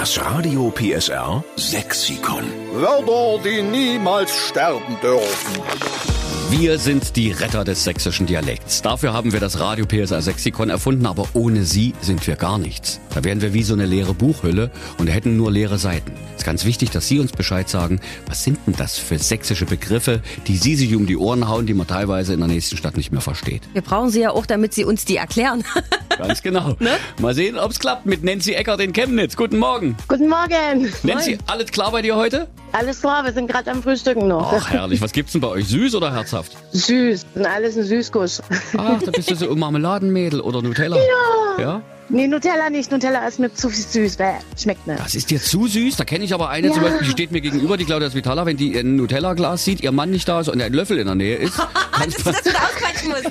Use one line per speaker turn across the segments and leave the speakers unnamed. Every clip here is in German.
Das Radio PSR Sexikon.
Wörter, die niemals sterben dürfen.
Wir sind die Retter des sächsischen Dialekts. Dafür haben wir das Radio PSR Sexikon erfunden, aber ohne sie sind wir gar nichts. Da wären wir wie so eine leere Buchhülle und hätten nur leere Seiten. Es ist ganz wichtig, dass Sie uns Bescheid sagen, was sind denn das für sächsische Begriffe, die Sie sich um die Ohren hauen, die man teilweise in der nächsten Stadt nicht mehr versteht.
Wir brauchen sie ja auch, damit Sie uns die erklären.
Ganz genau. Ne? Mal sehen, ob es klappt mit Nancy Eckert in Chemnitz. Guten Morgen.
Guten Morgen.
Nancy,
Moin.
alles klar bei dir heute?
Alles klar, wir sind gerade am Frühstücken noch.
Ach, herrlich. Was gibt's denn bei euch? Süß oder herzhaft?
Süß, und alles ein Süßguss.
Ach, da bist du so ein Marmeladenmädel oder Nutella. Ja?
Nee, Nutella nicht. Nutella ist mir zu süß, weil schmeckt nicht.
Das ist dir zu süß? Da kenne ich aber eine
Ja.
zum Beispiel, die steht mir gegenüber, die Claudia Svitala, wenn die ein Nutella-Glas sieht, ihr Mann nicht da ist und ein Löffel in der Nähe ist.
Dass du da ausquatschen musst.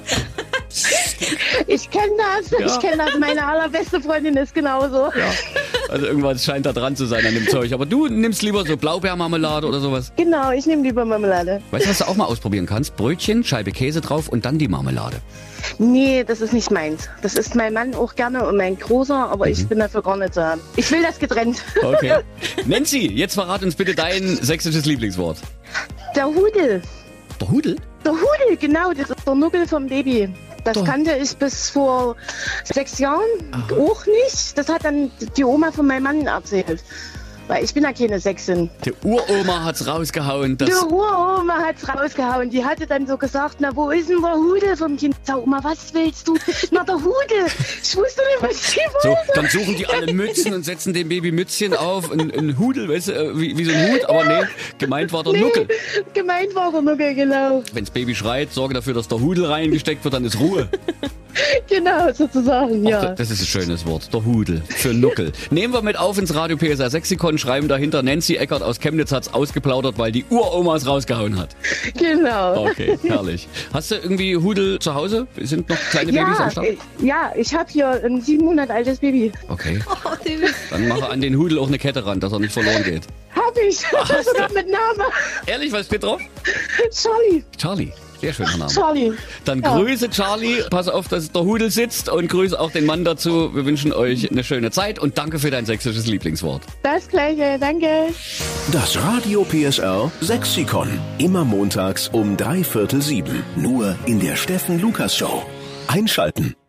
Ich kenne das,
Ja.
ich kenne das. Meine allerbeste Freundin ist genauso.
Ja. Also irgendwas scheint da dran zu sein an dem Zeug. Aber du nimmst lieber so Blaubeermarmelade oder sowas.
Genau, ich nehme lieber Marmelade.
Weißt du, was du auch mal ausprobieren kannst? Brötchen, Scheibe Käse drauf und dann die Marmelade.
Nee, das ist nicht meins. Das isst mein Mann auch gerne und mein Großer, aber ich bin dafür gar nicht zu haben. Ich will das getrennt.
Okay. Nancy, jetzt verrat uns bitte dein sächsisches Lieblingswort.
Der Hudel.
Der Hudel?
Der Hudel, genau, das ist der Nuckel vom Baby. Das
Doch.
kannte ich bis vor 6 Jahren auch nicht. Das hat dann die Oma von meinem Mann erzählt. Weil ich bin ja keine Sächsin.
Die Uroma hat's rausgehauen.
Die Uroma hat's rausgehauen. Die hatte dann so gesagt, na, wo ist denn der Hudel vom Kind? Sag, Oma, was willst du? Na, der Hudel. Ich wusste nicht, was sie
So,
wollte.
dann suchen die alle Mützen und setzen dem Baby Mützchen auf. Ein Hudel, weißt du, wie so ein Hut. Aber nee, gemeint war der Nuckel.
Gemeint war der Nuckel, genau.
Wenn's Baby schreit, sorge dafür, dass der Hudel reingesteckt wird, dann ist Ruhe.
Genau, sozusagen, ja.
Ach, das ist ein schönes Wort, der Hudel für Nuckel. Nehmen wir mit auf ins Radio PSR Sexikon, schreiben dahinter, Nancy Eckert aus Chemnitz hat's ausgeplaudert, weil die Uroma es rausgehauen hat.
Genau.
Okay, herrlich. Hast du irgendwie Hudel zu Hause? Sind noch kleine Babys am Start?
Ja, ich habe hier ein 7 Monate altes Baby.
Okay,
Oh, süß.
dann mache an den Hudel auch eine Kette ran, dass er nicht verloren geht.
Hab ich. Sogar mit Namen.
Ehrlich, was steht drauf?
Charlie.
Charlie. Sehr schöner Name.
Charlie.
Dann
Ja.
Grüße Charlie, pass auf, dass der Hudel sitzt und grüße auch den Mann dazu. Wir wünschen euch eine schöne Zeit und danke für dein sächsisches Lieblingswort.
Das Gleiche, danke.
Das Radio PSR Sexikon. Immer montags um 6:45. Nur in der Steffen Lukas Show. Einschalten.